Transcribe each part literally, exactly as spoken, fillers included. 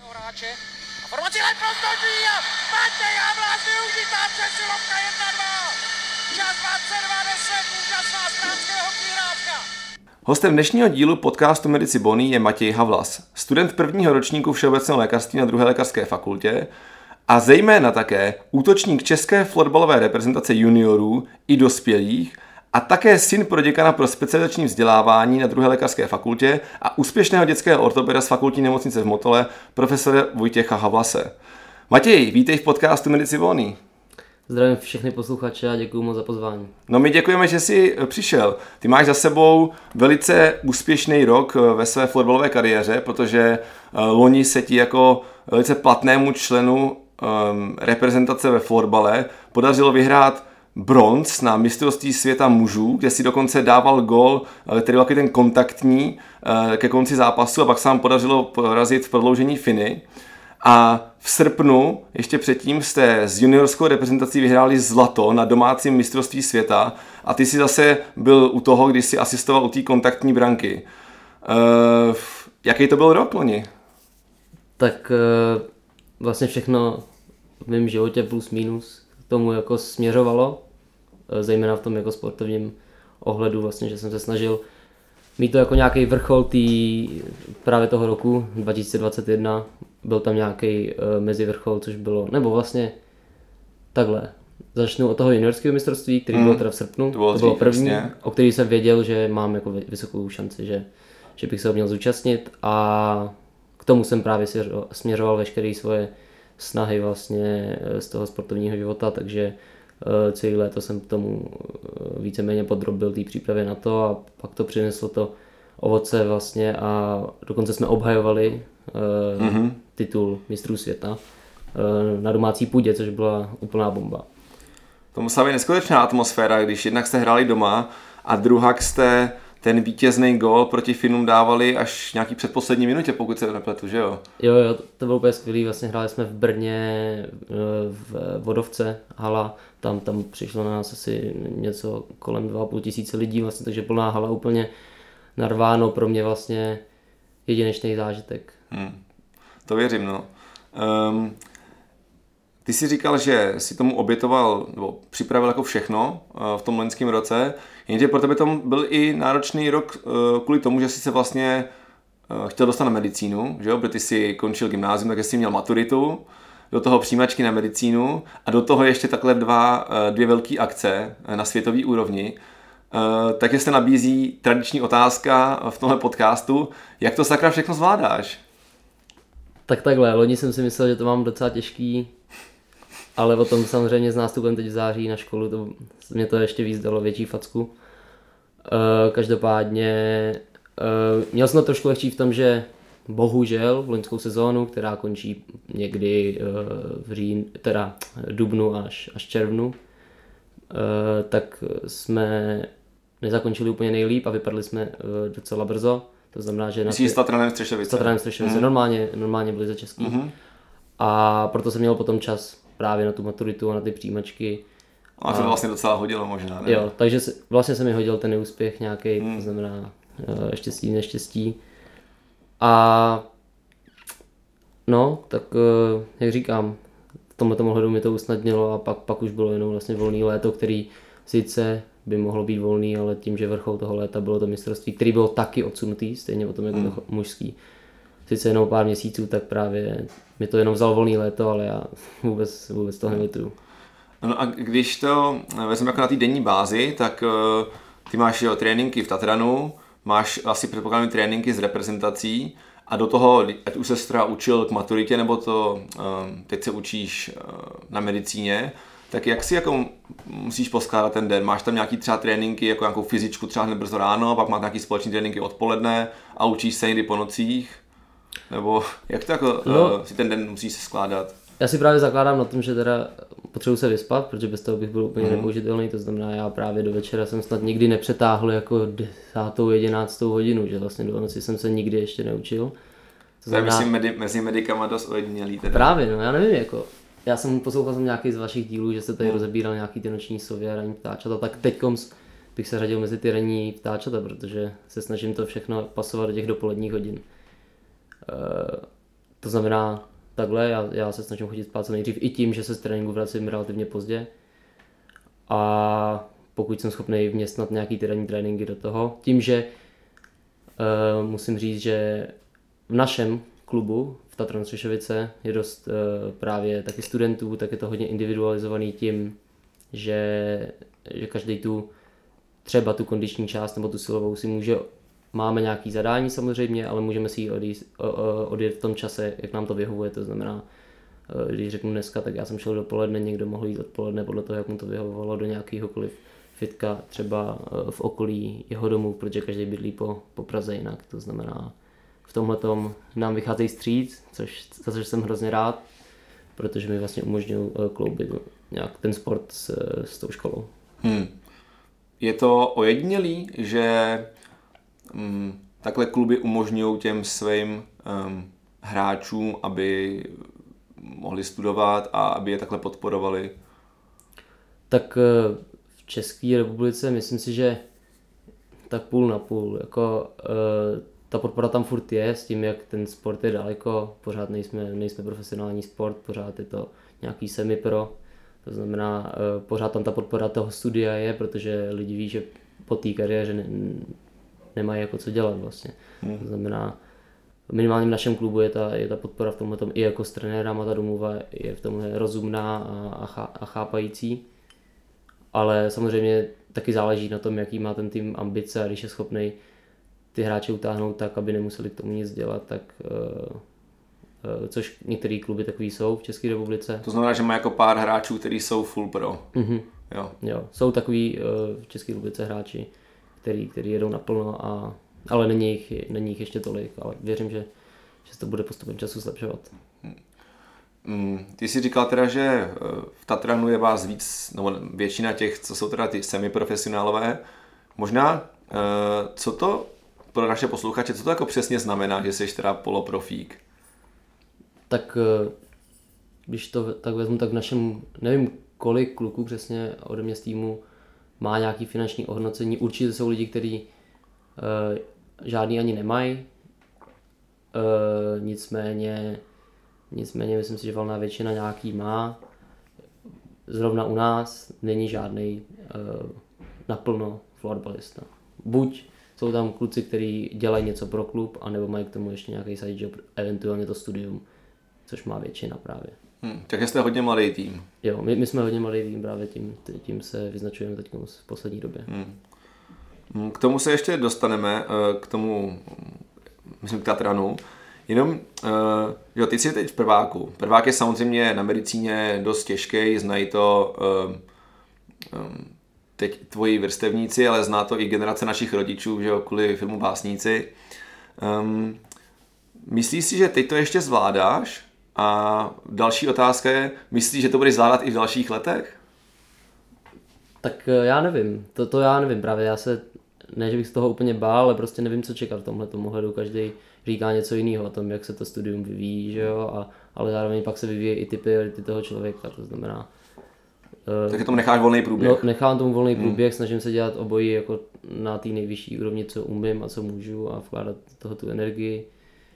hráče. A formací len prostodí a Matej Havlas využitá přesilovka jedna dva. Čas dvacet dva deset, úžasná stránského hokejhráčka. Hostem dnešního dílu podcastu Medici Bony je Matěj Havlas, student prvního ročníku všeobecného lékařství na druhé lékařské fakultě a zejména také útočník české florbalové reprezentace juniorů i dospělých a také syn proděkana pro specializační vzdělávání na druhé lékařské fakultě a úspěšného dětského ortopeda z fakultní nemocnice v Motole, profesora Vojtěcha Havlase. Matěj, vítej v podcastu Medici Bony. Zdravím všechny posluchače a děkuji moc za pozvání. No my děkujeme, že jsi přišel. Ty máš za sebou velice úspěšný rok ve své florbalové kariéře, protože loni se ti jako velice platnému členu um, reprezentace ve florbale podařilo vyhrát bronz na mistrovství světa mužů, kde si dokonce dával gól, který byl ten kontaktní ke konci zápasu a pak se vám podařilo porazit v prodloužení Finy. A v srpnu, ještě předtím, jste s juniorskou reprezentací vyhráli zlato na domácím mistrovství světa a ty si zase byl u toho, když si asistoval u té kontaktní branky. Uh, jaký to byl rok loni? Tak uh, vlastně všechno v mém životě plus minus k tomu jako směřovalo, zejména v tom jako sportovním ohledu, vlastně, že jsem se snažil mít to jako nějaký vrchol tý, právě toho roku dva tisíce dvacet jedna, byl tam nějaký uh, mezivrchol, což bylo, nebo vlastně takhle, začnu od toho juniorského mistrovství, který mm. bylo teda v srpnu, to bylo, to bylo první, vlastně. O který jsem věděl, že mám jako vysokou šanci, že, že bych se ho měl zúčastnit a k tomu jsem právě směřoval veškeré svoje snahy vlastně z toho sportovního života, takže uh, celé léto jsem k tomu uh, víceméně podrobil té přípravě na to a pak to přineslo to ovoce vlastně a dokonce jsme obhajovali uh, mm-hmm. titul mistrů světa uh, na domácí půdě, což byla úplná bomba. To musela být neskutečná atmosféra, když jednak jste hráli doma a druhak jste ten vítězný gól proti Finům dávali až nějaký předposlední minutě, pokud se nepletu, že jo? Jo, jo, to, to bylo úplně skvělý, vlastně hráli jsme v Brně v Vodovce, hala, tam, tam přišlo na nás asi něco kolem dva a půl tisíce lidí, vlastně, takže plná hala úplně narváno, pro mě vlastně jedinečný zážitek. Hmm. To věřím, no. Um, ty jsi říkal, že si tomu obětoval, nebo připravil jako všechno uh, v tom loňském roce, jenže pro tebe to byl i náročný rok uh, kvůli tomu, že jsi se vlastně uh, chtěl dostat na medicínu, že jo, protože ty jsi končil gymnázium, takže jsi měl maturitu, do toho přijímačky na medicínu a do toho ještě takhle dva, uh, dvě velké akce uh, na světové úrovni. Uh, takže se nabízí tradiční otázka v tomhle podcastu, jak to sakra všechno zvládáš? Tak takhle, loni jsem si myslel, že to mám docela těžký, ale o tom samozřejmě s nástupem teď v září na školu, to, mě to ještě víc dalo větší facku. Uh, každopádně uh, měl jsem to trošku lehčí v tom, že bohužel v loňskou sezónu, která končí někdy uh, v říjn, teda dubnu až, až červnu, uh, tak jsme nezakončili úplně nejlíp a vypadli jsme uh, docela brzo. To znamená, že... Myslíš s Tatranem Střešovice? S Tatranem Střešovice, mm. normálně, normálně byli za český. Mm-hmm. A proto jsem měl potom čas právě na tu maturitu a na ty přijímačky. A to a... vlastně docela hodilo možná, ne? Jo, takže se, vlastně se mi hodil ten neúspěch nějaký, mm. to znamená uh, štěstí, neštěstí. A no, tak uh, jak říkám, v tomhle ohledu mi to usnadnilo a pak, pak už bylo jenom vlastně volný léto, který sice by mohlo být volný, ale tím, že vrchol toho léta bylo to mistrovství, který bylo taky odsunutý, stejně o tom jako mm. mužský. Sice jenom pár měsíců, tak právě mi to jenom vzal volný léto, ale já vůbec, vůbec to nelituju. No a když to vezmeme jako na té denní bázi, tak uh, ty máš jo, tréninky v Tatranu, máš asi předpokládám tréninky s reprezentací a do toho, ať už se teda učil k maturitě, nebo to uh, teď se učíš uh, na medicíně, tak jak si jako musíš poskládat ten den? Máš tam nějaký třeba tréninky, jako nějakou fyzičku třeba hned brzo ráno, pak máš nějaký společný tréninky odpoledne a učíš se někdy po nocích? Nebo jak to jako no, uh, si ten den musíš se skládat? Já si právě zakládám na tom, že teda potřebuji se vyspat, protože bez toho bych byl úplně mm. nepoužitelný, to znamená, já právě do večera jsem snad nikdy nepřetáhl jako desátou, jedenáctou hodinu, že vlastně do noci jsem se nikdy ještě neučil. To znamená, myslím medi- mezi medikama dost ojedinělý teda. Právě, no já nevím, jako já jsem poslouchal jsem nějaký z vašich dílů, že se tady mm. rozebíral nějaký ty noční sovy a ranní ptáčata, tak teďkom bych se řadil mezi ty ranní ptáčata, protože se snažím to všechno pasovat do těch dopoledních hodin. Uh, To znamená takhle, já, já se snažím chodit spát co nejdřív i tím, že se z tréninku vracím relativně pozdě. A pokud jsem schopný vměstnat nějaký ty ranní tréninky do toho, tím, že uh, musím říct, že v našem klubu v Tatran Střešovice je dost uh, právě taky studentů, tak je to hodně individualizovaný tím, že, že každý tu třeba tu kondiční část nebo tu silovou si může, máme nějaký zadání samozřejmě, ale můžeme si ji odjet, odjet v tom čase, jak nám to vyhovuje, to znamená, když řeknu dneska, tak já jsem šel dopoledne, někdo mohl jít odpoledne podle toho, jak mu to vyhovovalo, do nějakýhokoliv fitka třeba v okolí jeho domů, protože každý bydlí po, po Praze jinak, to znamená, v tomhletom nám vycházejí stříc, což, za což jsem hrozně rád, protože mi vlastně umožňují kloubit nějak ten sport s, s tou školou. Hmm. Je to ojedinělý, že um, takhle kluby umožňují těm svým um, hráčům, aby mohli studovat a aby je takhle podporovali? Tak v České republice myslím si, že tak půl na půl. Jako, ta podpora tam furt je, s tím, jak ten sport je daleko, pořád nejsme, nejsme profesionální sport, pořád je to nějaký semi-pro. To znamená, pořád tam ta podpora toho studia je, protože lidi ví, že po té kariéře ne, nemají jako co dělat vlastně. Hmm. To znamená, minimálně v našem klubu je ta, je ta podpora v tomhle i jako s trenérama, ta domluva je v tomhle rozumná a, a, a chápající. Ale samozřejmě taky záleží na tom, jaký má ten tým ambice a když je schopný ty hráče utáhnout tak, aby nemuseli k tomu nic dělat, tak uh, uh, což některé kluby takový jsou v České republice. To znamená, že má jako pár hráčů, kteří jsou full pro. Mm-hmm. Jo. Jo, jsou takový uh, v České republice hráči, který, který jedou naplno, a, ale není jich, není jich ještě tolik, ale věřím, že, že se to bude postupem času zlepšovat. Hmm. Ty jsi říkal teda, že v Tatranu je vás víc, nebo většina těch, co jsou teda ty semiprofesionálové. Možná, co to pro naše posluchače, co to jako přesně znamená, že jsi teda poloprofík? Tak když to tak vezmu, tak v našem, nevím kolik kluků přesně ode mě z týmu má nějaký finanční ohodnocení. Určitě jsou lidi, kteří uh, žádný ani nemají. Uh, nicméně, nicméně myslím si, že valná většina nějaký má. Zrovna u nás není žádný uh, naplno florbalista. Buď jsou tam kluci, kteří dělají něco pro klub, anebo mají k tomu ještě nějaký side job, eventuálně to studium, což má většina právě. Hmm, takže jste hodně mladý tým. Jo, my, my jsme hodně mladý tým, právě tím, tím se vyznačujeme teď v poslední době. Hmm. K tomu se ještě dostaneme, k tomu, myslím, k Tatranu. Jenom, jo, ty jsi teď v prváku. Prvák je samozřejmě na medicíně dost těžký, znají to um, um, teď tvoji vrstevníci, ale zná to i generace našich rodičů, že jo, kvůli filmu Básníci. Um, myslíš si, že teď to ještě zvládáš? A další otázka je, myslíš, že to budeš zvládat i v dalších letech? Tak já nevím, to, to já nevím právě, já se, ne, že bych z toho úplně bál, ale prostě nevím, co čekat v tomhletom ohledu, každý říká něco jiného o tom, jak se to studium vyvíjí, že jo, a, ale zároveň pak se vyvíjí i ty priority toho člověka, to znamená... Takže tomu necháš volný průběh? No, nechám tomu volný průběh, hmm. snažím se dělat obojí jako na té nejvyšší úrovni, co umím a co můžu a vkládat toho tu energii.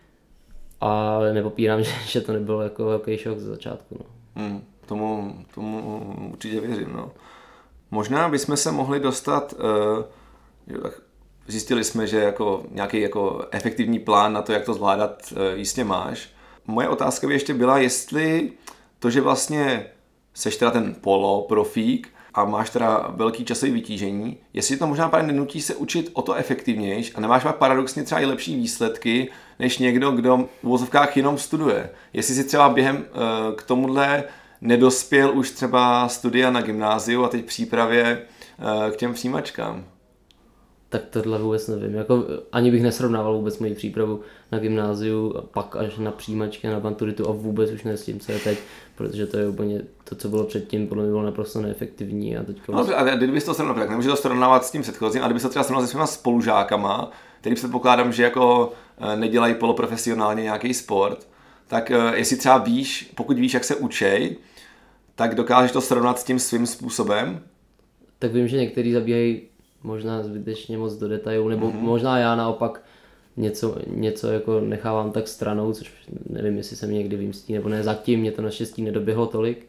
Ale nepopírám, že, že to nebylo jako velký šok ze začátku. No. Hmm, tomu, tomu určitě věřím. No. Možná bychom se mohli dostat, uh, zjistili jsme, že jako nějaký jako efektivní plán na to, jak to zvládat, uh, jistě máš. Moje otázka by ještě byla, jestli to, že vlastně seš teda ten polo profík a máš teda velký časový vytížení, jestli to možná právě nenutí se učit o to efektivnějš a nemáš pak paradoxně třeba i lepší výsledky, než někdo, kdo v uvozovkách jenom studuje. Jestli si třeba během uh, k tomuhle nedospěl už třeba studia na gymnáziu a teď přípravě uh, k těm přijímačkám. Tak tohle vůbec nevím. Jako, ani bych nesrovnával vůbec moji přípravu na gymnáziu, pak až na přijímačky, na maturitu a vůbec už ne s tím, co je teď, protože to je úplně to, co bylo předtím, podle mě bylo naprosto neefektivní. A teďka... No, a kdybys to srovnal, tak nemůžeš to srovnávat s tím předchozím, a kdybys to třeba srovnal se svýma spolužákama, který předpokládám, že jako nedělají poloprofesionálně nějaký sport, tak jestli třeba víš, pokud víš, jak se učej, tak dokážeš to srovnat s tím svým způsobem? Tak vím, že někteří zabíhají možná zbytečně moc do detailů, nebo mm-hmm. možná já naopak něco, něco jako nechávám tak stranou, což nevím, jestli se mi někdy vymstí nebo ne, zatím mě to naštěstí nedoběhlo tolik.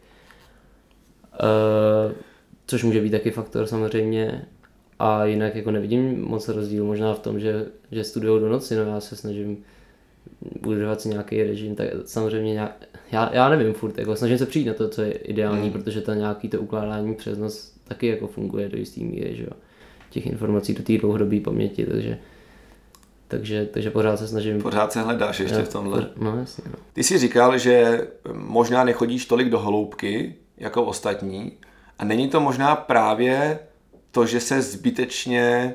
Uh, což může být taky faktor samozřejmě. A jinak jako nevidím moc rozdíl, možná v tom, že, že studujou do noci, no já se snažím udržovat si nějaký režim, tak samozřejmě nějak, já, já nevím furt, jako snažím se přijít na to, co je ideální, mm. protože to nějaký to ukládání přes noc taky jako funguje do jistý míry, že jo, těch informací do té dlouhodobé paměti, takže, takže, takže pořád se snažím. Pořád se hledáš ještě já, v tomhle. No jasně, no. Ty jsi říkal, že možná nechodíš tolik do hloubky, jako ostatní, a není to možná právě to, že se zbytečně,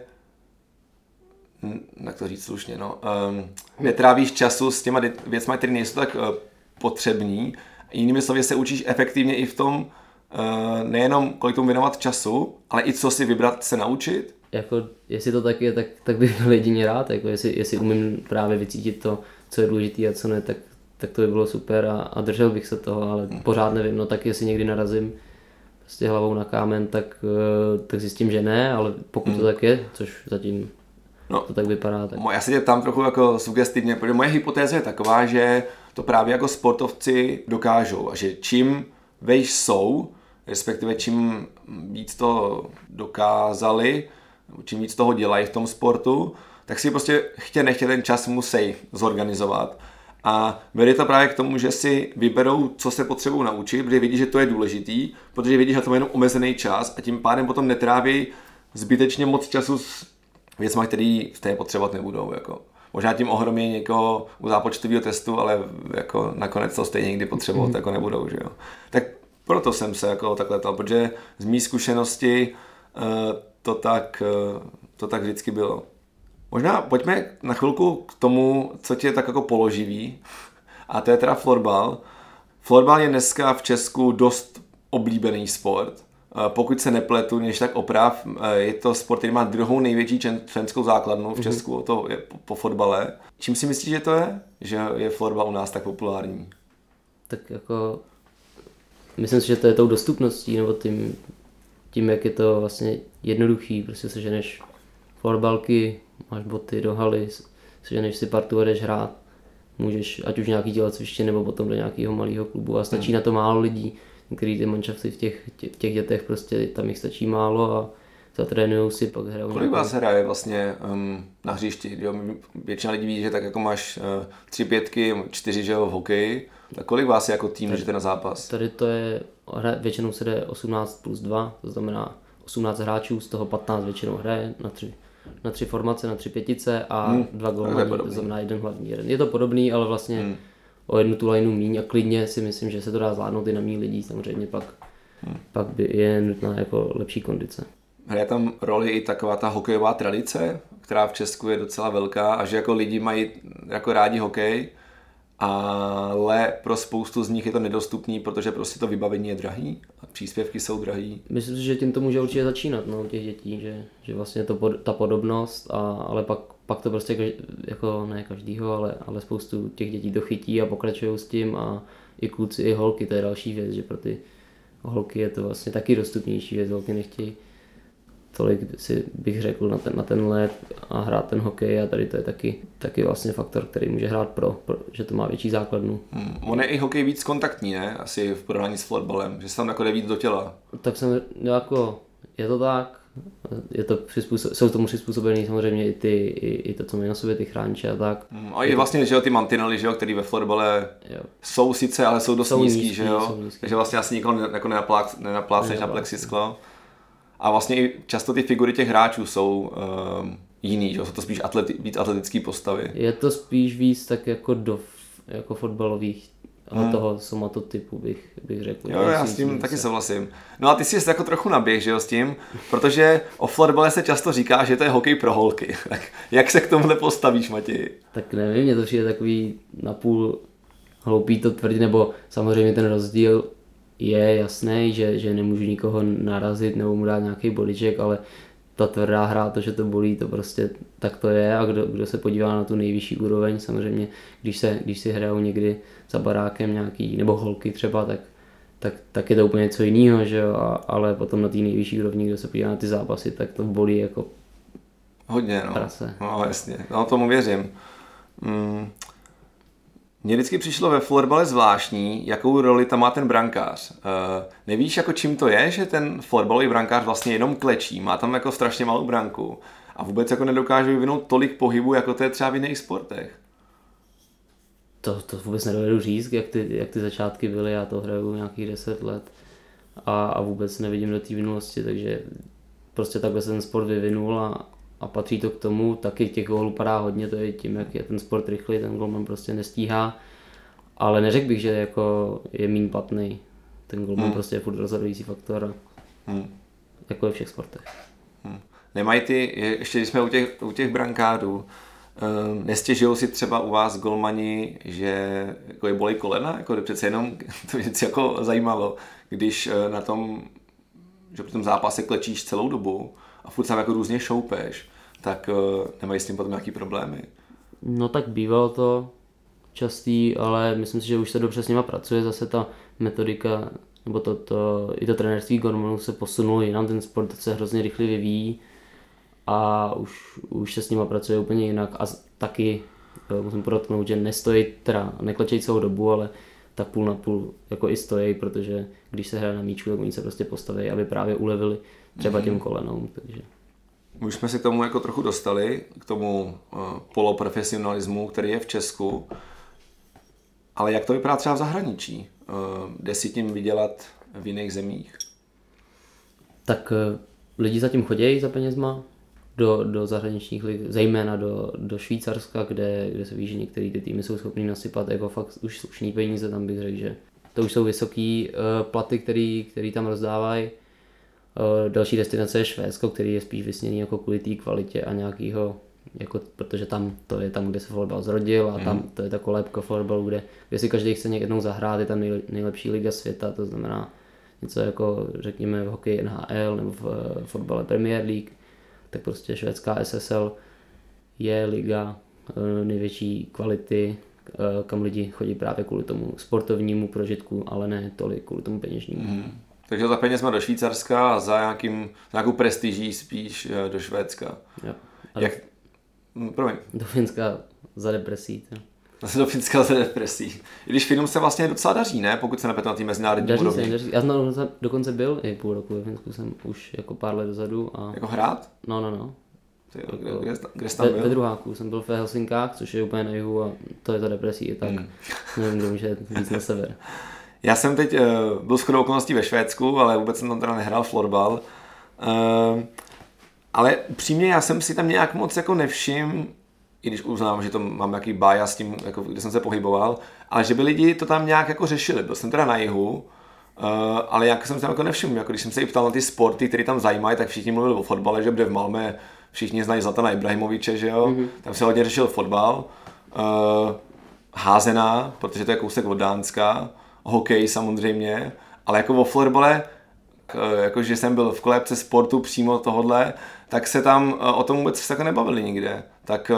jak to říct slušně, no, um, netrávíš času s těma věcmi, které nejsou tak uh, potřební. Jinými slovy se učíš efektivně i v tom, uh, nejenom kolik tomu věnovat času, ale i co si vybrat se naučit. Jako, jestli to tak je, tak, tak bych byl jedině rád, jako jestli, jestli umím právě vycítit to, co je důležité a co ne, tak, tak to by bylo super a, a držel bych se toho, ale hmm. pořád nevím, no tak jestli někdy narazím prostě hlavou na kámen, tak, tak zjistím, že ne, ale pokud hmm. to tak je, což zatím no, to tak vypadá. Tak... Já se tě tam trochu jako sugestivně, protože moje hypotéza je taková, že to právě jako sportovci dokážou a že čím vejš jsou, respektive čím víc to dokázali, čím víc toho dělají v tom sportu, tak si prostě chtě nechtě ten čas musí zorganizovat. A vede to právě k tomu, že si vyberou, co se potřebují naučit, protože vidí, že to je důležitý, protože vidí, že to má jenom omezený čas a tím pádem potom netráví zbytečně moc času s věcmi, který stejně potřebovat nebudou. Jako. Možná tím ohromí někoho u zápočtového testu, ale jako nakonec to stejně nikdy potřebovat mm. jako nebudou. Že jo? Tak proto jsem se jako takhle tal, protože z mý zkušenosti uh, to, tak, uh, to tak vždycky bylo. Možná pojďme na chvilku k tomu, co tě tak jako položiví, a to je teda florbal. Florbal je dneska v Česku dost oblíbený sport. Pokud se nepletu, než tak oprav, je to sport, který má druhou největší členskou základnu v Česku, to je po, po fotbale. Čím si myslíš, že to je, že je florbal u nás tak populární? Tak jako, myslím si, že to je tou dostupností, nebo tím, tím jak je to vlastně jednoduchý, prostě seženeš florbalky, máš boty do haly, seženeš si partu a jdeš hrát. Můžeš ať už nějaký tělocviště nebo potom do nějakého malého klubu a stačí hmm. na to málo lidí. Některý ty manšafty v těch, tě, v těch dětech prostě tam jich stačí málo a zatrénujou si, pak hrajou. Kolik vás hraje vlastně um, na hřišti? Jo? Většina lidí ví, že tak jako máš uh, tři pětky, čtyři že jo, v hokeji. Tak kolik vás je jako tým můžete na zápas? Tady to je, většinou se jde osmnáct plus dva, to znamená osmnáct hráčů, z toho patnáct většinou hraje na tři, na tři formace, na tři pětice a hmm. dva golmani, to znamená jeden hlavní jeden. Je to podobný, ale vlastně hmm. o jednu tu lineu míň a klidně si myslím, že se to dá zvládnout i na míň lidí, samozřejmě pak, hmm. pak by je nutná jako lepší kondice. Hraje tam roli i taková ta hokejová tradice, která v Česku je docela velká a že jako lidi mají jako rádi hokej, ale pro spoustu z nich je to nedostupný, protože prostě to vybavení je drahý a příspěvky jsou drahý. Myslím si, že tím to může určitě začínat, no, těch dětí, že, že vlastně to pod, ta podobnost, a, ale pak, pak to prostě každý, jako ne každýho, ale, ale spoustu těch dětí to chytí a pokračují s tím a i kluci, i holky, to je další věc, že pro ty holky je to vlastně taky dostupnější věc, holky nechtějí tolik si bych řekl na ten, na ten let a hrát ten hokej a tady to je taky, taky vlastně faktor, který může hrát pro, pro že to má větší základnu. Hmm. On je i hokej víc kontaktní, ne? Asi v porovnání s florbalem, že se tam jako jde víc do těla. Tak jsem, jako, je to tak, je to jsou tomu přizpůsobený samozřejmě i, ty, i, i to, co mají na sobě ty chrániče a tak. Hmm. A je vlastně, že jo, ty mantinely, že jo, který ve florbale jo. jsou sice, ale jsou dost jsou nízký, nízký, že jo? Takže vlastně asi nikoho jako nenaplácneš na plexisklo. A vlastně i často ty figury těch hráčů jsou um, jiný, že? Jsou to spíš atleti, víc atletický postavy. Je to spíš víc tak jako do jako fotbalových, hmm. toho somatotypu bych, bych řekl. Jo, já s tím se. taky souhlasím. No a ty jsi jako trochu naběh, že jo, s tím, protože o florbale se často říká, že to je hokej pro holky. Tak jak se k tomuhle postavíš, Matěj? Tak nevím, mně to přijde takový napůl hloupý to tvrdit, nebo samozřejmě ten rozdíl je jasný, že, že nemůžu nikoho narazit nebo mu dát nějaký boliček, ale ta tvrdá hra, to, že to bolí, to prostě tak to je a kdo, kdo se podívá na tu nejvyšší úroveň, samozřejmě, když, se, když si hrajou někdy za barákem nějaký, nebo holky třeba, tak, tak, tak je to úplně něco jiného, že jo, a, ale potom na té nejvyšší úrovni, kdo se podívá na ty zápasy, tak to bolí jako Hodně, no. Prase. No jasně, no tomu věřím. Mm. Mně vždycky přišlo ve florbale zvláštní, jakou roli tam má ten brankář. Uh, nevíš, jako čím to je, že ten florbalový brankář vlastně jenom klečí, má tam jako strašně malou branku a vůbec jako nedokáže vyvinout tolik pohybu, jako to je třeba v jiných sportech. To, to vůbec nedovedu říct, jak ty, jak ty začátky byly, já to hraju nějakých deset let a, a vůbec nevidím do té minulosti, takže prostě takhle se ten sport vyvinul a, a patří to k tomu, taky těch gólů padá hodně, to je tím, jak je ten sport rychlý, ten golman prostě nestíhá, ale neřekl bych, že jako je míň platný, ten golman hmm. prostě je furt rozhodující faktor, hmm. jako ve všech sportech. Hmm. Nemají ty, ještě když jsme u těch, u těch brankářů, Um, nestěžují si třeba u vás golmani, že jako je bolí kolena, jako přece jenom to věc jako zajímalo, když uh, na tom, že při tom zápase klečíš celou dobu a furt sám jako různě šoupeš, tak uh, nemají s tím potom nějaký problémy? No tak bývalo to častý, ale myslím si, že už se dobře s nima pracuje, zase ta metodika, nebo to, to, i to trenérství golmanů se posunulo jinam, ten sport se hrozně rychle vyvíjí a už, už se s nima pracuje úplně jinak a taky musím podotknout, že nestojí, teda neklečejí celou dobu, ale tak půl na půl jako i stojí, protože když se hraje na míčku, tak oni se prostě postaví, aby právě ulevili třeba těm kolenům. Takže. Už jsme se k tomu jako trochu dostali, k tomu uh, poloprofesionalismu, který je v Česku, ale jak to vypadá třeba v zahraničí? Uh, jde si tím vydělat v jiných zemích? Tak uh, lidi zatím chodí za penězma do, do zahraničních lig, zejména do, do Švýcarska, kde, kde se ví, že některé ty týmy jsou schopný nasypat jako fakt už slušný peníze, tam bych řekl, že to už jsou vysoký uh, platy, který, který tam rozdávají. Uh, další destinace je Švédsko, který je spíš vysněný jako kvůli té kvalitě a nějakýho, jako, protože tam to je tam, kde se florbal zrodil a tam to je ta kolébka florbalu, kde, kde si každý chce jednou zahrát, je tam nej, nejlepší liga světa, to znamená něco jako řekněme v hokeji N H L nebo v uh, fotbale Premier League, tak prostě švédská S S L je liga uh, největší kvality, uh, kam lidi chodí právě kvůli tomu sportovnímu prožitku, ale ne tolik kvůli tomu peněžnímu. Mm. Takže za penězma do Švýcarska a za, nějakým, za nějakou prestiží spíš do Švédska. Jo. Jak... Promiň. Do Finska za depresí. To. Zase do Finska za depresí. I když Finům se vlastně docela daří, ne? Pokud se nepět na té mezinárodní daří úrovni. Se, daří. Já jsem dokonce byl i půl roku ve Finsku, jsem už jako pár let dozadu. A... Jako hrát? No, no, no. Ty, jako... Kde, kde, kde jsi tam byl? Ve, ve druháku jsem byl ve Helsinkách, což je úplně na jihu a to je ta depresí, tak hmm. nevím, kdo může víc na sever. Já jsem teď uh, byl shodou okolností ve Švédsku, ale vůbec jsem tam teda nehrál florbal. Uh, ale upřímně já jsem si tam nějak moc jako nevšiml, i když uznám, že to mám nějaký bias s tím, jako, kde jsem se pohyboval, ale že by lidi to tam nějak jako řešili. Byl jsem teda na jihu, uh, ale jak jsem tam jako nevšiml, jako když jsem se i ptal na ty sporty, které tam zajímají, tak všichni mluvili o fotbale, že bude v Malmö, všichni znají Zlatana Ibrahimoviče, že jo, mm-hmm. tam se hodně řešil fotbal, uh, házená, protože to je kousek od Dánska, hokej samozřejmě, ale jako o florbale, jako že jsem byl v kolébce sportu přímo tohodle, tak se tam o tom vůbec tak nebavili nikde. Tak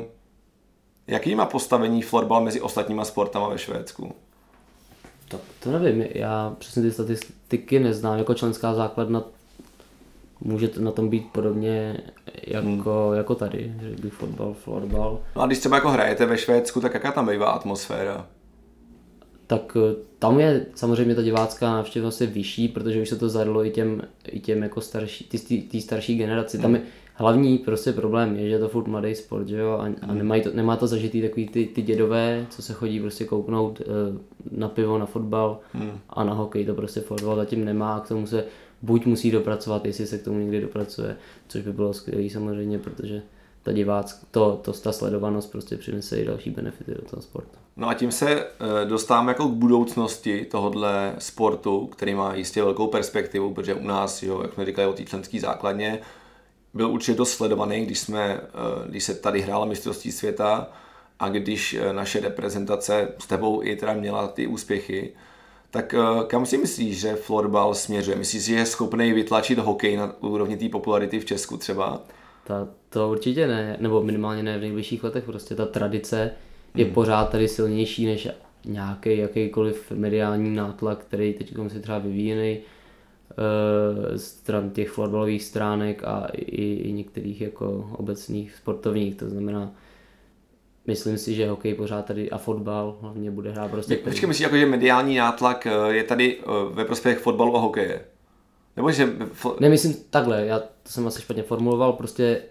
jaký má postavení florbal mezi ostatníma sportama ve Švédsku? To, to nevím, já přesně ty statistiky neznám, jako členská základna může to na tom být podobně jako, hmm. jako tady, že by fotbal, florbal. No a když třeba jako hrajete ve Švédsku, tak jaká tam bývá atmosféra? Tak tam je samozřejmě ta divácká návštěvnost je vyšší, protože už se to zadalo i těm, i těm jako starší, ty, ty starší generaci. Tam je hlavní prostě problém je, že je to furt mladý sport, že jo, a, a nemají to, nemá to zažitý takový ty, ty dědové, co se chodí prostě kouknout na pivo, na fotbal hmm. a na hokej, to prostě fotbal zatím nemá, k tomu se buď musí dopracovat, jestli se k tomu někdy dopracuje, což by bylo skvělé samozřejmě, protože ta divácká, to, to, ta sledovanost prostě přinese i další benefity do toho sportu. No a tím se dostáváme jako k budoucnosti tohodle sportu, který má jistě velkou perspektivu, protože u nás, jo, jak jsme říkali o té členské základně, byl určitě dost sledovaný, když, jsme, když se tady hrála mistrovství světa a když naše reprezentace s tebou i teda měla ty úspěchy, tak kam si myslíš, že florbal směřuje? Myslíš, že je schopný vytlačit hokej na úrovni té popularity v Česku třeba? Ta, to určitě ne, nebo minimálně ne v nejbližších letech, prostě ta tradice je hmm. pořád tady silnější než nějaký jakýkoliv mediální nátlak, který teď si třeba vyvíjený. stran těch florbalových stránek a i, i některých jako obecných sportovních, to znamená, myslím si, že hokej pořád tady a fotbal hlavně bude hrát prostě. Počkej, myslíš, jako, že mediální nátlak je tady ve prospěch fotbalu a hokeje? Nebo že... Ne, myslím takhle, já to jsem asi špatně formuloval, prostě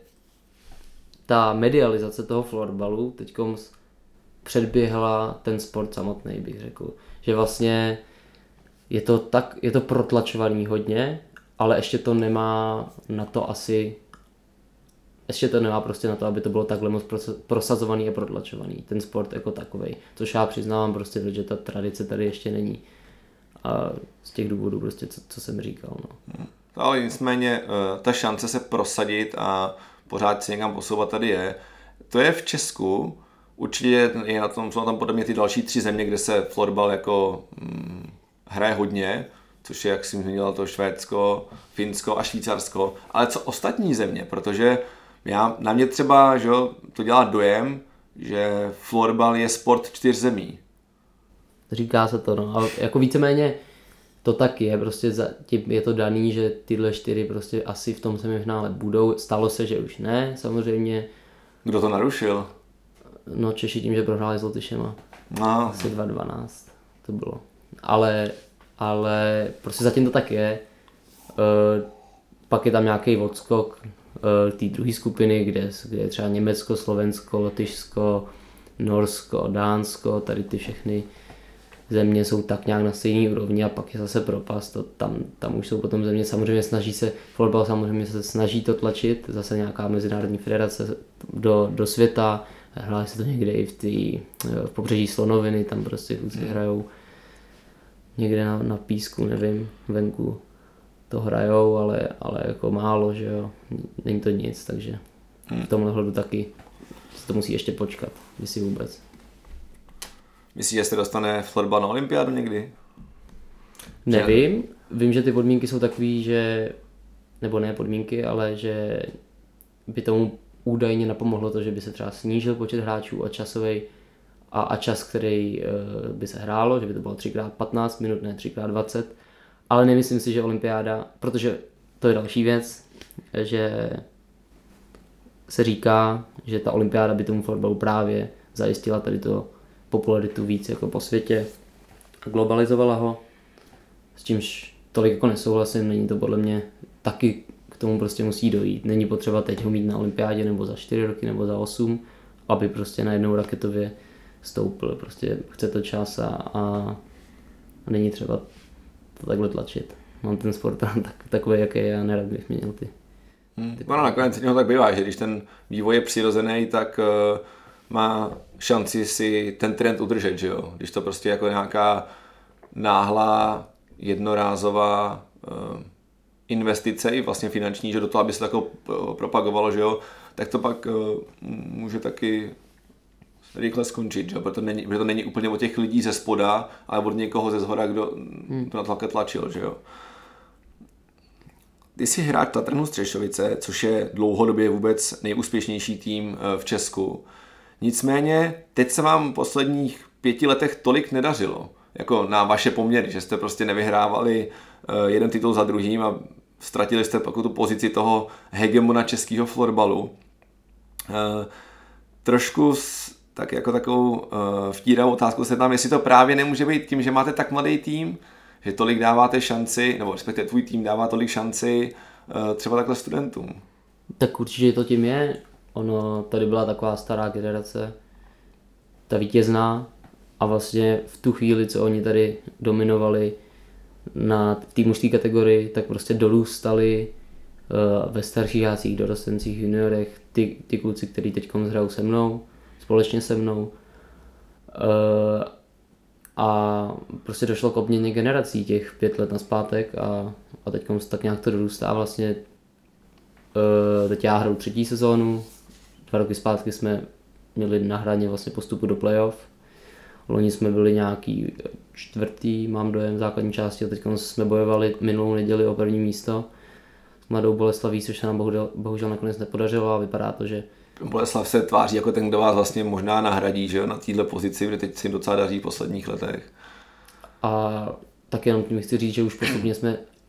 ta medializace toho florbalu teďkom předběhla ten sport samotný, bych řekl. Že vlastně je to tak, je to protlačovaný hodně, ale ještě to nemá na to asi, ještě to nemá prostě na to, aby to bylo takhle moc prosazovaný a protlačovaný, ten sport jako takovej. Což já přiznávám prostě, že ta tradice tady ještě není. A z těch důvodů prostě, co, co jsem říkal. No. Ale nicméně ta šance se prosadit a pořád si někam posouvat tady je. To je v Česku, určitě je na tom, jsou na tom podobně ty další tři země, kde se florbal jako hm, hraje hodně, což je, jak jsem zmínil, to Švédsko, Finsko a Švýcarsko. Ale co ostatní země, protože já, na mě třeba, že to dělá dojem, že florbal je sport čtyř zemí. Říká se to, no, ale jako víceméně to tak je, prostě zatím je to daný, že tyhle čtyři prostě asi v tom semifinále budou. Stalo se, že už ne, samozřejmě. Kdo to narušil? No Češi tím, že prohráli s Lotyšema. No. Asi dva dvanáct to bylo. Ale, ale prostě zatím to tak je. E, pak je tam nějaký odskok e, té druhé skupiny, kde, kde je třeba Německo, Slovensko, Lotyšsko, Norsko, Dánsko, tady ty všechny země jsou tak nějak na stejné úrovni a pak je zase propast, to tam, tam už jsou potom země, samozřejmě snaží se, florbal samozřejmě se snaží to tlačit, zase nějaká mezinárodní federace do, do světa, hraje se to někde i v, tý, v pobřeží Slonoviny, tam prostě kluci hrajou někde na, na písku, nevím, venku to hrajou, ale, ale jako málo, že jo, není to nic, takže v tomhle hledu taky se to musí ještě počkat, jestli vůbec. Myslíš, že se dostane florbal na olympiádu někdy? Nevím, vím, že ty podmínky jsou takový, že, nebo ne podmínky, ale že by tomu údajně napomohlo to, že by se třeba snížil počet hráčů a časový a, a čas, který uh, by se hrálo, že by to bylo tři krát patnáct minut, ne tři krát dvacet, ale nemyslím si, že olympiáda, protože to je další věc, že se říká, že ta olympiáda by tomu florbalu právě zajistila tady to popularitu víc jako po světě, globalizovala ho, s čímž tolik jako nesouhlasím, není to podle mě, taky k tomu prostě musí dojít, není potřeba teď ho mít na olympiádě nebo za čtyři roky nebo za osm, aby prostě najednou raketově stoupil, prostě chce to čas a, a není třeba to takhle tlačit. Mám ten sport tak, takový, jaký je a nerad bych měnil ty. Hmm. ty no nakonec něho tak bývá, že když ten vývoj je přirozený, tak uh, má šanci si ten trend udržet, že jo? Když to prostě jako nějaká náhlá, jednorázová uh, investice i vlastně finanční, že do toho, aby se to jako propagovalo, že jo, tak to pak uh, může taky rychle skončit, že jo, protože to není, protože to není úplně od těch lidí ze spoda, ale od někoho ze zhora, kdo hmm. to na tlake tlačil, že jo. Ty jsi hráč Tatranu Střešovice, což je dlouhodobě vůbec nejúspěšnější tým v Česku. Nicméně teď se vám v posledních pěti letech tolik nedařilo, jako na vaše poměry, že jste prostě nevyhrávali jeden titul za druhým a ztratili jste pak tu pozici toho hegemona českého florbalu. Trošku tak jako takovou vtíravou otázku se tam, jestli to právě nemůže být tím, že máte tak mladý tým, že tolik dáváte šanci, nebo respektive tvůj tým dává tolik šanci třeba takhle studentům. Tak určitě to tím je. Ono tady byla taková stará generace, ta vítězná, a vlastně v tu chvíli, co oni tady dominovali na té mužské kategorii, tak prostě dorůstali uh, ve starších jácích, dorostencích, juniorech, ty, ty kluci, kteří teď hrajou se mnou, společně se mnou. Uh, a prostě došlo k obměně generací těch pět let nazpátek a, a teď tak nějak to dorůstá a vlastně uh, teď já hraju třetí sezónu, dva roky zpátky jsme měli na hraně vlastně postupu do playoff. Loni jsme byli nějaký čtvrtý, mám dojem, v základní části a teď jsme bojovali minulou neděli o první místo s Mladou Boleslaví, což se nám bohužel, bohužel nakonec nepodařilo a vypadá to, že Boleslav se tváří jako ten, kdo vás vlastně možná nahradí, že jo, na této pozici, kde teď si docela daří v posledních letech. A tak jenom tím chci říct, že už postupně jsme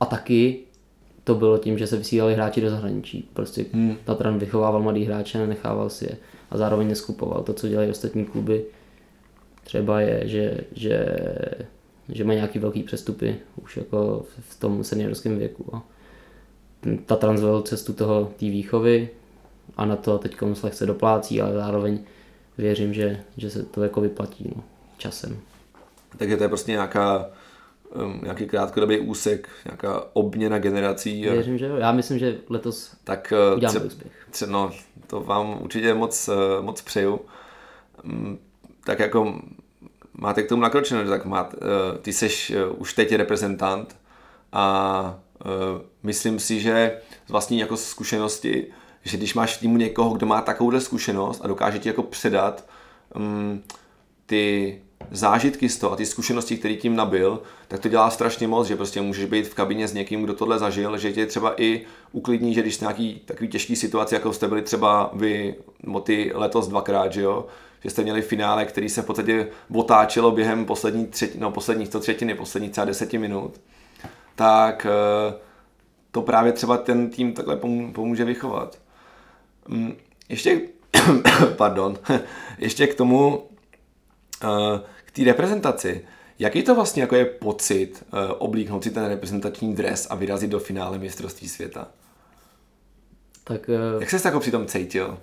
a taky to bylo tím, že se vysílali hráči do zahraničí. Prostě hmm. Tatran vychovával mladý hráče, nenechával si je a zároveň neskupoval. To, co dělají ostatní kluby, třeba je, že, že, že mají nějaký velký přestupy už jako v tom seniorském věku. A Tatran zvolil cestu toho té výchovy a na to teď se lehce doplácí, ale zároveň věřím, že, že se to jako vyplatí no, časem. Takže to je prostě nějaká, um, nějaký krátkodobý úsek, nějaká obměna generací. Věřím, že jo. Já myslím, že letos tak, uh, uděláme tře- úspěch. Tře- no, to vám určitě moc, uh, moc přeju. Um, tak jako máte k tomu nakročeno, tak máte, uh, ty seš uh, už teď reprezentant a uh, myslím si, že z vlastní jako zkušenosti, že když máš v týmu někoho, kdo má takovouhle zkušenost a dokáže ti jako předat um, ty zážitky z toho a ty zkušenosti, které tím nabil, tak to dělá strašně moc, že prostě můžeš být v kabině s někým, kdo tohle zažil, že tě třeba i uklidní, že když jsi nějaký takový těžký situace, jako jste byli třeba vy, ty letos dvakrát, že jo, že jste měli finále, který se v podstatě otáčelo během poslední třetí, no, posledních sto třetiny, posledních třeba deseti minut, tak to právě třeba ten tým takhle pomůže vychovat. Ještě, pardon, ještě k tomu, k té reprezentaci. Jaký to vlastně jako je pocit oblíknout si ten reprezentační dres a vyrazit do finále mistrovství světa? Tak, jak jsi se jako při tom cítil?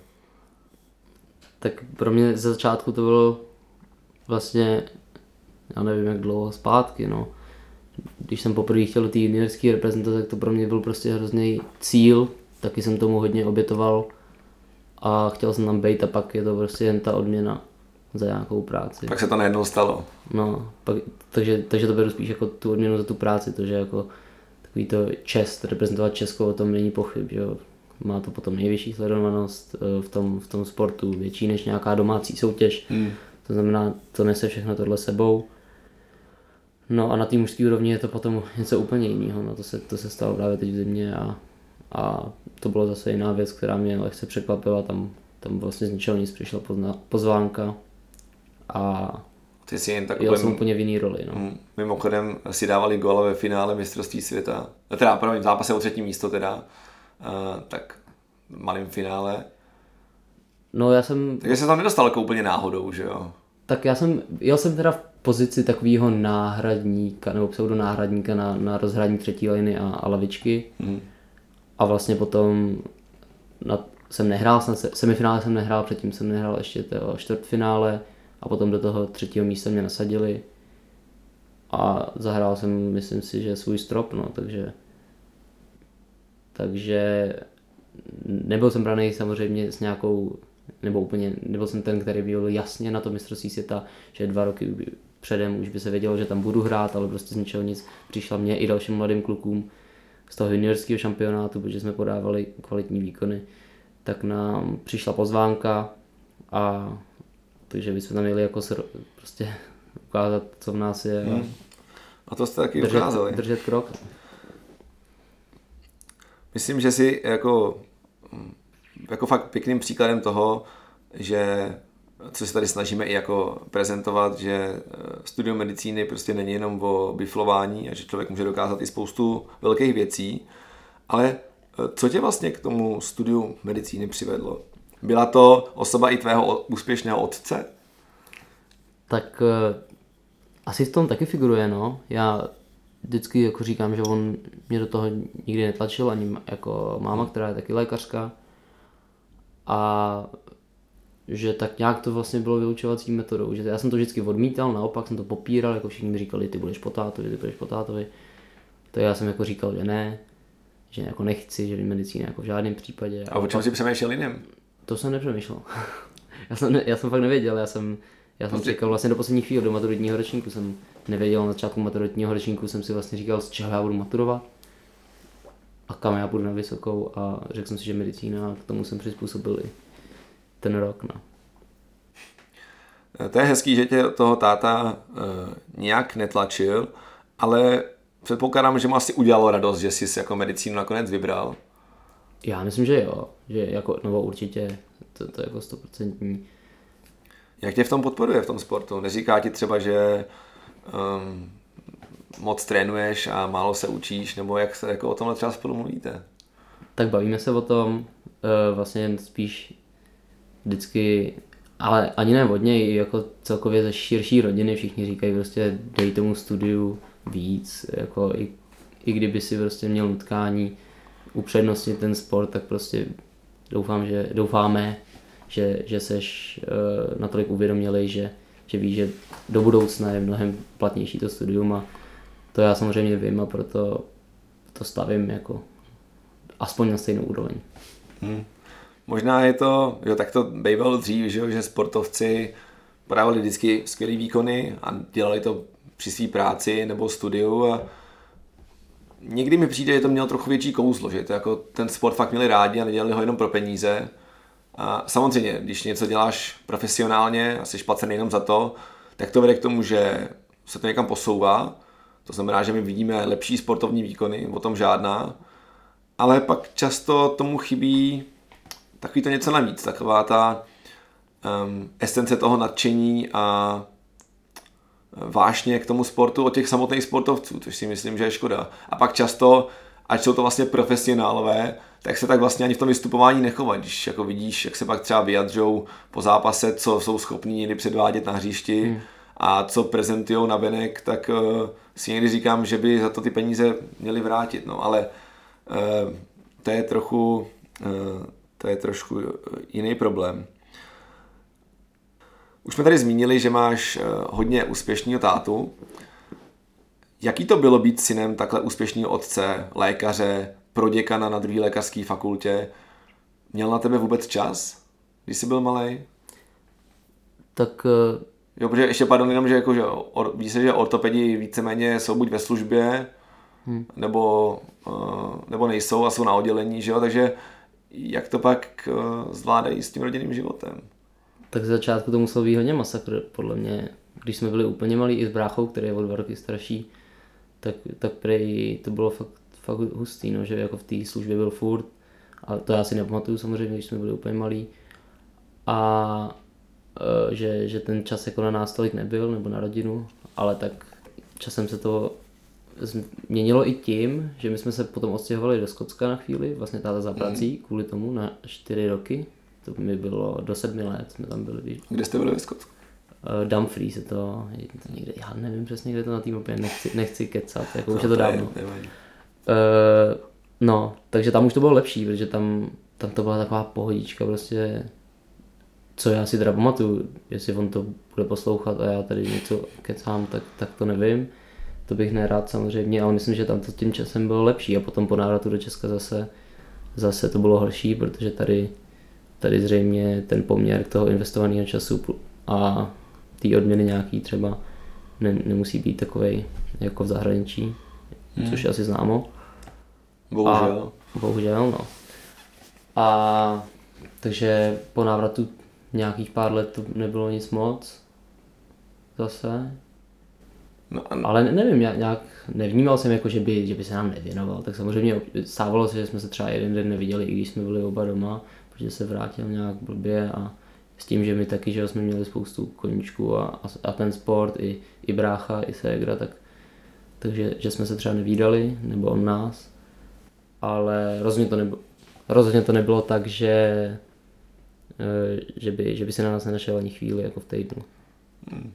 Tak pro mě ze začátku to bylo vlastně, já nevím jak dlouho zpátky, no. Když jsem poprvé chtěl do té juniorské reprezentace, tak to pro mě byl prostě hrozný cíl, taky jsem tomu hodně obětoval a chtěl jsem tam být a pak je to prostě jen ta odměna za nějakou práci. Pak se to najednou stalo. No, pak, takže, takže to beru spíš jako tu odměnu za tu práci, to, že jako takový to čest, reprezentovat Česko, o tom není pochyb, že jo. Má to potom nejvyšší sledovanost v tom, v tom sportu, větší než nějaká domácí soutěž. Hmm. To znamená, to nese všechno tohle sebou. No a na té mužské úrovni je to potom něco úplně jiného. No to se, to se stalo právě teď v zimě a, a to bylo zase jiná věc, která mě lehce překvapila. Tam, tam vlastně z ničeho nic přišla pozna, pozvánka a ty si jen tak jel jsem úplně v jiný roli. No. Mimochodem si dávali góla ve finále mistrovství světa. Teda, promiň, v zápase o třetí místo teda. Uh, tak v malém finále. No já jsem... Takže se tam nedostal jako úplně náhodou, že jo? Tak já jsem, jel jsem teda v pozici takového náhradníka, nebo pseudonáhradníka na, na rozhraní třetí liny a, a lavičky. Mm. A vlastně potom na, jsem nehrál, jsem se, semifinále jsem nehrál, předtím jsem nehrál ještě to čtvrtfinále a potom do toho třetího místa mě nasadili. A zahrál jsem, myslím si, že svůj strop, no, takže... Takže nebyl jsem braný samozřejmě s nějakou, nebo úplně, nebyl jsem ten, který byl jasně na to mistrovství světa, že dva roky předem už by se vědělo, že tam budu hrát, ale prostě z ničeho nic přišla mě i dalším mladým klukům z toho juniorského šampionátu, protože jsme podávali kvalitní výkony, tak nám přišla pozvánka a takže bychom tam měli jako sro, prostě ukázat, co v nás je a, hmm. a to jste taky držet, ukázali. Držet krok. Myslím, že si jako, jako fakt pěkným příkladem toho, že co se tady snažíme i jako prezentovat, že studium medicíny prostě není jenom o biflování a že člověk může dokázat i spoustu velkých věcí, ale co tě vlastně k tomu studiu medicíny přivedlo? Byla to osoba i tvého úspěšného otce? Tak asi v tom taky figuruje, no. Já vždycky jako říkám, že on mě do toho nikdy netlačil, ani jako máma, která je taky lékařka. A že tak nějak to vlastně bylo vyučovací metodou. Že já jsem to vždycky odmítal, naopak jsem to popíral, jako všichni mi říkali, ty budeš po tátovi, ty budeš po tátovi. To já jsem jako říkal, že ne, že jako nechci, že medicína jako v žádném případě. A o čem jsi přemýšlel jiným? To jsem nepřemýšlel. já, jsem ne, já jsem fakt nevěděl, já jsem Já jsem říkal vlastně do poslední chvíle, do maturitního ročníku jsem nevěděl, na začátku maturitního ročníku jsem si vlastně říkal, z čeho já budu maturovat a kam já půjdu na vysokou a řekl jsem si, že medicína a k tomu jsem přizpůsobil i ten rok. No. To je hezký, že tě toho táta uh, nějak netlačil, ale předpokládám, že mu asi udělalo radost, že jsi jako medicínu nakonec vybral. Já myslím, že jo, že jako, no určitě, to, to je jako stoprocentní. Jak tě v tom podporuje, v tom sportu? Neříká ti třeba, že um, moc trénuješ a málo se učíš, nebo jak se jako o tomhle třeba spolu mluvíte? Tak bavíme se o tom, vlastně spíš vždycky, ale ani ne od něj, jako celkově ze širší rodiny všichni říkají prostě dej tomu studiu víc, jako i, i kdyby si prostě měl nutkání upřednostnit ten sport, tak prostě doufám, že, doufáme, že, že seš uh, natolik uvědomělej, že, že víš, že do budoucna je mnohem platnější to studium a to já samozřejmě vím a proto to stavím jako aspoň na stejnou úroveň. Hmm. Možná je to, jo, tak to bývalo dřív, že, že sportovci podávali vždycky skvělý výkony a dělali to při své práci nebo studiu a někdy mi přijde, že to mělo trochu větší kouzlo, že to jako ten sport fakt měli rádi a nedělali ho jenom pro peníze. A samozřejmě, když něco děláš profesionálně a jsi placený jenom za to, tak to vede k tomu, že se to někam posouvá. To znamená, že my vidíme lepší sportovní výkony, o tom žádná. Ale pak často tomu chybí takový to něco navíc, taková ta um, esence toho nadšení a vášně k tomu sportu od těch samotných sportovců, což si myslím, že je škoda. A pak často, ať jsou to vlastně profesionálové, tak se tak vlastně ani v tom vystupování nechovají. Když jako vidíš, jak se pak třeba vyjadřou po zápase, co jsou schopní někdy předvádět na hřišti hmm. a co prezentujou na venek, tak uh, si někdy říkám, že by za to ty peníze měli vrátit. No, ale uh, to je trochu, uh, to je trošku jiný problém. Už jsme tady zmínili, že máš uh, hodně úspěšného tátu. Jaký to bylo být synem takhle úspěšného otce, lékaře, proděkana na druhé lékařské fakultě? Měl na tebe vůbec čas, když jsi byl malej? Tak... Jo, protože ještě pardon, jenom, že, jako, že or, víš se, že ortopedi víceméně jsou buď ve službě, hmm. nebo, uh, nebo nejsou a jsou na oddělení, že jo? Takže jak to pak uh, zvládají s tím rodinným životem? Tak z začátku to musel být hodně masakr, podle mě. Když jsme byli úplně malí i s bráchou, který je o dva roky starší, tak, tak prej to bylo fakt, fakt hustý, no, že jako v té službě byl furt, a to já si nepamatuju samozřejmě, když jsme byli úplně malí. A e, že, že ten čas jako na nás tolik nebyl, nebo na rodinu, ale tak časem se to změnilo i tím, že my jsme se potom odstěhovali do Skotska na chvíli, vlastně táta za prací, mm. kvůli tomu na čtyři roky. To mi bylo do sedmi let, jsme tam byli. Víš. Kde jste byli ve Skotsku? Uh, Dumfries je to, je to někde, já nevím přesně, kde to na tým opět, nechci, nechci kecat, jako no, už je to dávno. Uh, no, takže tam už to bylo lepší, protože tam, tam to byla taková pohodička, prostě, co já si teda pamatuju, jestli on to bude poslouchat a já tady něco kecám, tak, tak to nevím. To bych nerad samozřejmě, ale myslím, že tam to tím časem bylo lepší a potom po návratu do Česka zase, zase to bylo horší, protože tady, tady zřejmě ten poměr toho investovaného času a ty odměny nějaký třeba ne, nemusí být takovej jako v zahraničí, hmm. což je asi známo. Bohužel. A, bohužel, no. A takže po návratu nějakých pár let to nebylo nic moc zase. No, an... Ale nevím, nějak nevnímal jsem jako, že by, že by se nám nevěnoval, tak samozřejmě stávalo se, že jsme se třeba jeden den neviděli, i když jsme byli oba doma, protože se vrátil nějak blbě a s tím, že my taky, že jsme měli spoustu koníčků a, a, a ten sport, i, i brácha, i ségra, tak, takže že jsme se třeba nevídali, nebo on nás, ale rozhodně to, nebylo, rozhodně to nebylo tak, že, že, by, že by se na nás nenašel ani chvíli jako v týdnu. Hmm.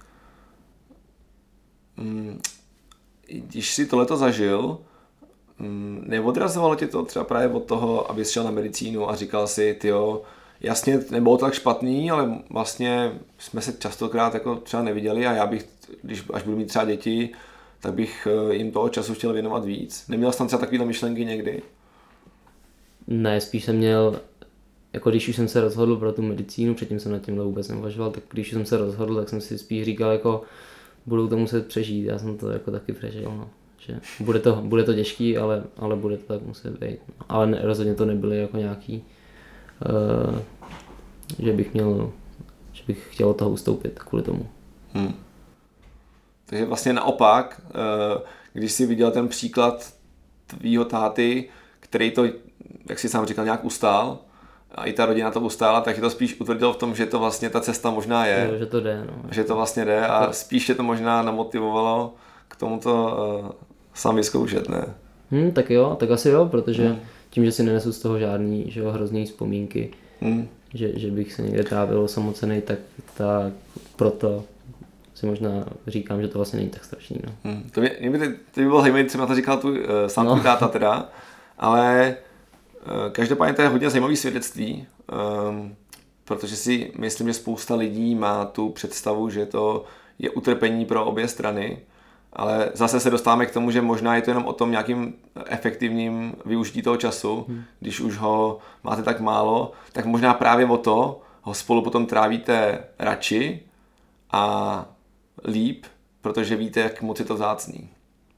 Hmm. Když jsi tohleto zažil, neodrazovalo tě to třeba právě od toho, abys šel na medicínu a říkal si, tyjo, jasně, nebylo to tak špatný, ale vlastně jsme se častokrát jako třeba neviděli a já bych, když až budu mít třeba děti, tak bych jim toho času chtěl věnovat víc. Neměl jsi tam třeba takovýhle myšlenky někdy? Ne, spíš jsem měl, jako když už jsem se rozhodl pro tu medicínu, předtím jsem nad tímhle vůbec neuvažoval, tak když jsem se rozhodl, tak jsem si spíš říkal, jako budou to muset přežít, já jsem to jako taky přežil, no. Že bude to, bude to těžký, ale, ale bude to tak muset být. No. Ale ne, rozhodně to nebyly jako nějaký, uh, že bych měl, že bych chtěl od toho ustoupit kvůli tomu. Hmm. Takže vlastně naopak, uh, když jsi viděl ten příklad tvýho táty, který to, jak jsi sám říkal, nějak ustál, a i ta rodina to ustála, tak je to spíš utvrdilo v tom, že to vlastně ta cesta možná je. Jo, že to jde, no. Že to vlastně jde a spíš tě to možná namotivovalo k tomuto uh, sám vyzkoušet, ne? Hmm, tak jo, tak asi jo, protože hmm. tím, že si nenesu z toho žádný, že jo, hrozný vzpomínky, hmm. že, že bych se někde trávil osamocený, tak, tak proto si možná říkám, že to vlastně není tak strašný. No. Hmm. To, by, by, to by bylo zajímavé, třeba to říkal tu, uh, sám no. tvůj táta teda, ale uh, každopádně to je hodně zajímavý svědectví, um, protože si myslím, že spousta lidí má tu představu, že to je utrpení pro obě strany, ale zase se dostáváme k tomu, že možná je to jenom o tom nějakým efektivním využití toho času, hmm. když už ho máte tak málo, tak možná právě o to ho spolu potom trávíte radši a líp, protože víte, jak moc je to vzácný.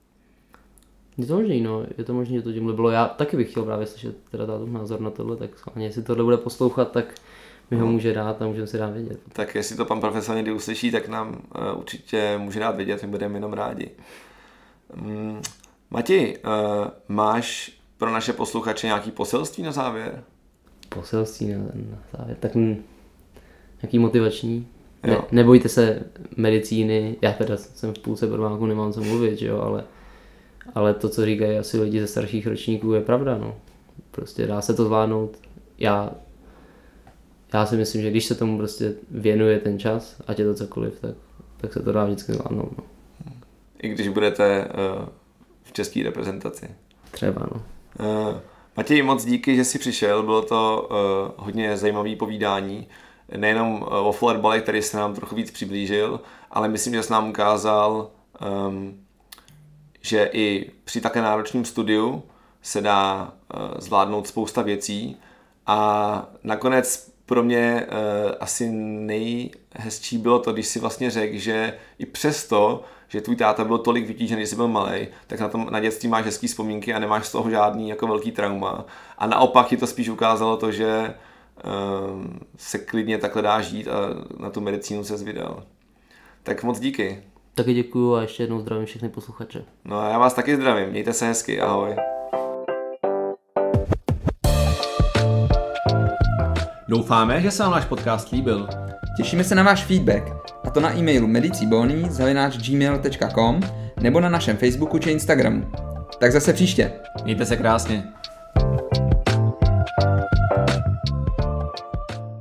Je to možný, no, je to možný, že to tímhle bylo. Já taky bych chtěl právě slyšet teda dát názor na tohle, tak schválně, jestli tohle bude poslouchat, tak mi ho může dát a můžeme si dát vědět. Tak jestli to pan profesor někdy uslyší, tak nám uh, určitě může dát vědět, my budeme jenom rádi. Um, Mati, uh, máš pro naše posluchače nějaký poselství na závěr? Poselství na, na závěr? Tak m, nějaký motivační? Ne, nebojte se medicíny, já teda jsem v půlce prváku, nemám co mluvit, jo, ale, ale to, co říkají asi lidi ze starších ročníků, je pravda, no. Prostě dá se to zvládnout. Já Já si myslím, že když se tomu prostě věnuje ten čas, ať je to cokoliv, tak, tak se to dá vždycky zvládnout. No. I když budete uh, v české reprezentaci. Třeba, no. Uh, Matěj, moc díky, že jsi přišel, bylo to uh, hodně zajímavé povídání. Nejenom uh, o florbale, který se nám trochu víc přiblížil, ale myslím, že jsi nám ukázal, um, že i při také náročném studiu se dá uh, zvládnout spousta věcí a nakonec pro mě uh, asi nejhezčí bylo to, když si vlastně řekl, že i přesto, že tvůj táta byl tolik vytížený, když jsi byl malej, tak na, tom, na dětství máš hezký vzpomínky a nemáš z toho žádný jako velký trauma. A naopak ti to spíš ukázalo to, že uh, se klidně takhle dá žít a na tu medicínu ses vydal. Tak moc díky. Taky děkuju a ještě jednou zdravím všechny posluchače. No a já vás taky zdravím, mějte se hezky, ahoj. Doufáme, že se vám náš podcast líbil. Těšíme se na váš feedback, a to na e-mailu medicibony zavináč gmail tečka com nebo na našem Facebooku či Instagramu. Tak zase příště. Mějte se krásně.